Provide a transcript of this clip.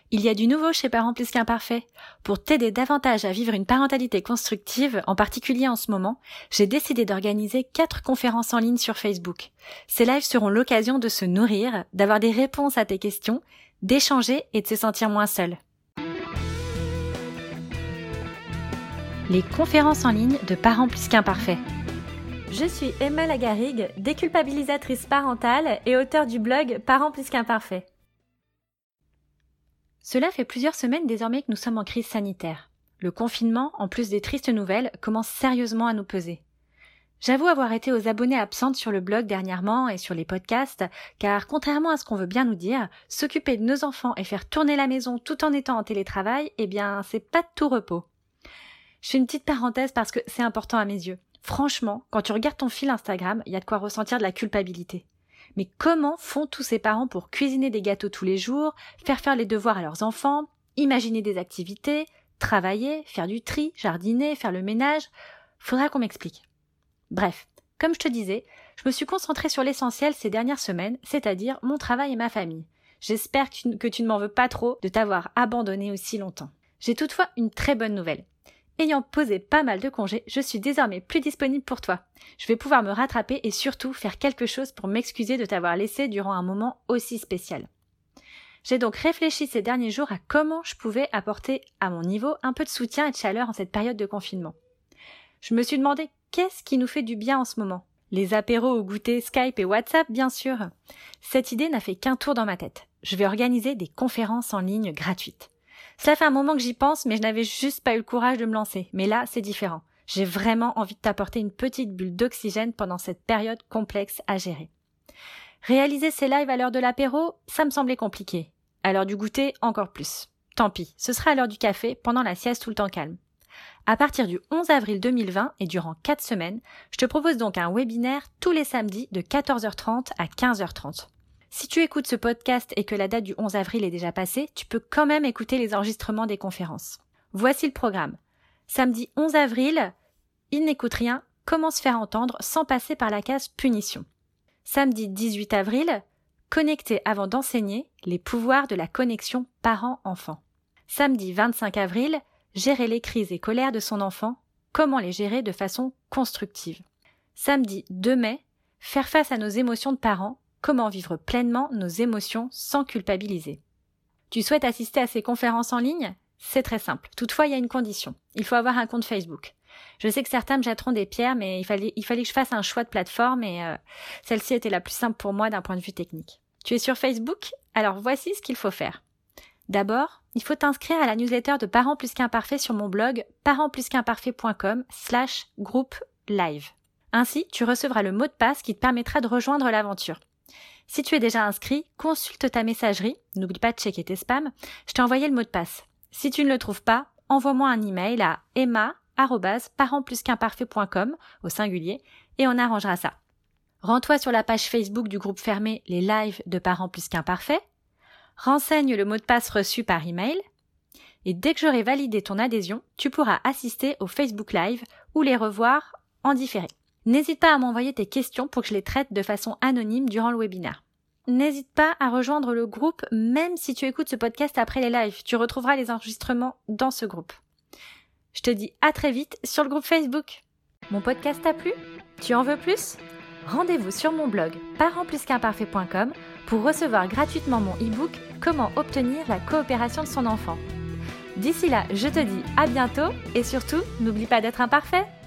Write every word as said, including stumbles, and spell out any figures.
Il y a du nouveau chez Parents Plus qu'Imparfaits. Pour t'aider davantage à vivre une parentalité constructive, en particulier en ce moment, j'ai décidé d'organiser quatre conférences en ligne sur Facebook. Ces lives seront l'occasion de se nourrir, d'avoir des réponses à tes questions, d'échanger et de se sentir moins seul. Les conférences en ligne de Parents Plus qu'Imparfaits. Je suis Emma Lagarigue, déculpabilisatrice parentale et auteure du blog Parents Plus qu'Imparfaits. Cela fait plusieurs semaines désormais que nous sommes en crise sanitaire. Le confinement, en plus des tristes nouvelles, commence sérieusement à nous peser. J'avoue avoir été aux abonnés absentes sur le blog dernièrement et sur les podcasts, car contrairement à ce qu'on veut bien nous dire, s'occuper de nos enfants et faire tourner la maison tout en étant en télétravail, eh bien, c'est pas de tout repos. Je fais une petite parenthèse parce que c'est important à mes yeux. Franchement, quand tu regardes ton fil Instagram, il y a de quoi ressentir de la culpabilité. Mais comment font tous ces parents pour cuisiner des gâteaux tous les jours, faire faire les devoirs à leurs enfants, imaginer des activités, travailler, faire du tri, jardiner, faire le ménage? Faudra qu'on m'explique. Bref, comme je te disais, je me suis concentrée sur l'essentiel ces dernières semaines, c'est-à-dire mon travail et ma famille. J'espère que tu, que tu ne m'en veux pas trop de t'avoir abandonné aussi longtemps. J'ai toutefois une très bonne nouvelle. Ayant posé pas mal de congés, je suis désormais plus disponible pour toi. Je vais pouvoir me rattraper et surtout faire quelque chose pour m'excuser de t'avoir laissé durant un moment aussi spécial. J'ai donc réfléchi ces derniers jours à comment je pouvais apporter à mon niveau un peu de soutien et de chaleur en cette période de confinement. Je me suis demandé qu'est-ce qui nous fait du bien en ce moment. Les apéros au goûter, Skype et WhatsApp, bien sûr. Cette idée n'a fait qu'un tour dans ma tête. Je vais organiser des conférences en ligne gratuites. Cela fait un moment que j'y pense, mais je n'avais juste pas eu le courage de me lancer. Mais là, c'est différent. J'ai vraiment envie de t'apporter une petite bulle d'oxygène pendant cette période complexe à gérer. Réaliser ces lives à l'heure de l'apéro, ça me semblait compliqué. À l'heure du goûter, encore plus. Tant pis, ce sera à l'heure du café, pendant la sieste tout le temps calme. À partir du onze avril deux mille vingt et durant quatre semaines, je te propose donc un webinaire tous les samedis de quatorze heures trente à quinze heures trente. Si tu écoutes ce podcast et que la date du onze avril est déjà passée, tu peux quand même écouter les enregistrements des conférences. Voici le programme. Samedi onze avril, il n'écoute rien, comment se faire entendre sans passer par la case punition. Samedi dix-huit avril, connecter avant d'enseigner, les pouvoirs de la connexion parent-enfant. Samedi vingt-cinq avril, gérer les crises et colères de son enfant, comment les gérer de façon constructive. Samedi deux mai, faire face à nos émotions de parents, comment vivre pleinement nos émotions sans culpabiliser. Tu souhaites assister à ces conférences en ligne? C'est très simple. Toutefois, il y a une condition. Il faut avoir un compte Facebook. Je sais que certains me jetteront des pierres, mais il fallait, il fallait que je fasse un choix de plateforme et euh, celle-ci était la plus simple pour moi d'un point de vue technique. Tu es sur Facebook? Alors voici ce qu'il faut faire. D'abord, il faut t'inscrire à la newsletter de Parents Plus qu'Imparfaits sur mon blog parentsplusqu'imparfait.com slash groupe live. Ainsi, tu recevras le mot de passe qui te permettra de rejoindre l'aventure. Si tu es déjà inscrit, consulte ta messagerie, n'oublie pas de checker tes spams, je t'ai envoyé le mot de passe. Si tu ne le trouves pas, envoie-moi un email à emma arobase parents plus qu'imparfait point com au singulier et on arrangera ça. Rends-toi sur la page Facebook du groupe fermé Les Lives de Parents Plus qu'Imparfaits, renseigne le mot de passe reçu par email et dès que j'aurai validé ton adhésion, tu pourras assister au Facebook Live ou les revoir en différé. N'hésite pas à m'envoyer tes questions pour que je les traite de façon anonyme durant le webinaire. N'hésite pas à rejoindre le groupe même si tu écoutes ce podcast après les lives. Tu retrouveras les enregistrements dans ce groupe. Je te dis à très vite sur le groupe Facebook. Mon podcast t'a plu? Tu en veux plus? Rendez-vous sur mon blog parents plus qu'imparfait point com pour recevoir gratuitement mon e-book « Comment obtenir la coopération de son enfant ». D'ici là, je te dis à bientôt et surtout, n'oublie pas d'être imparfait.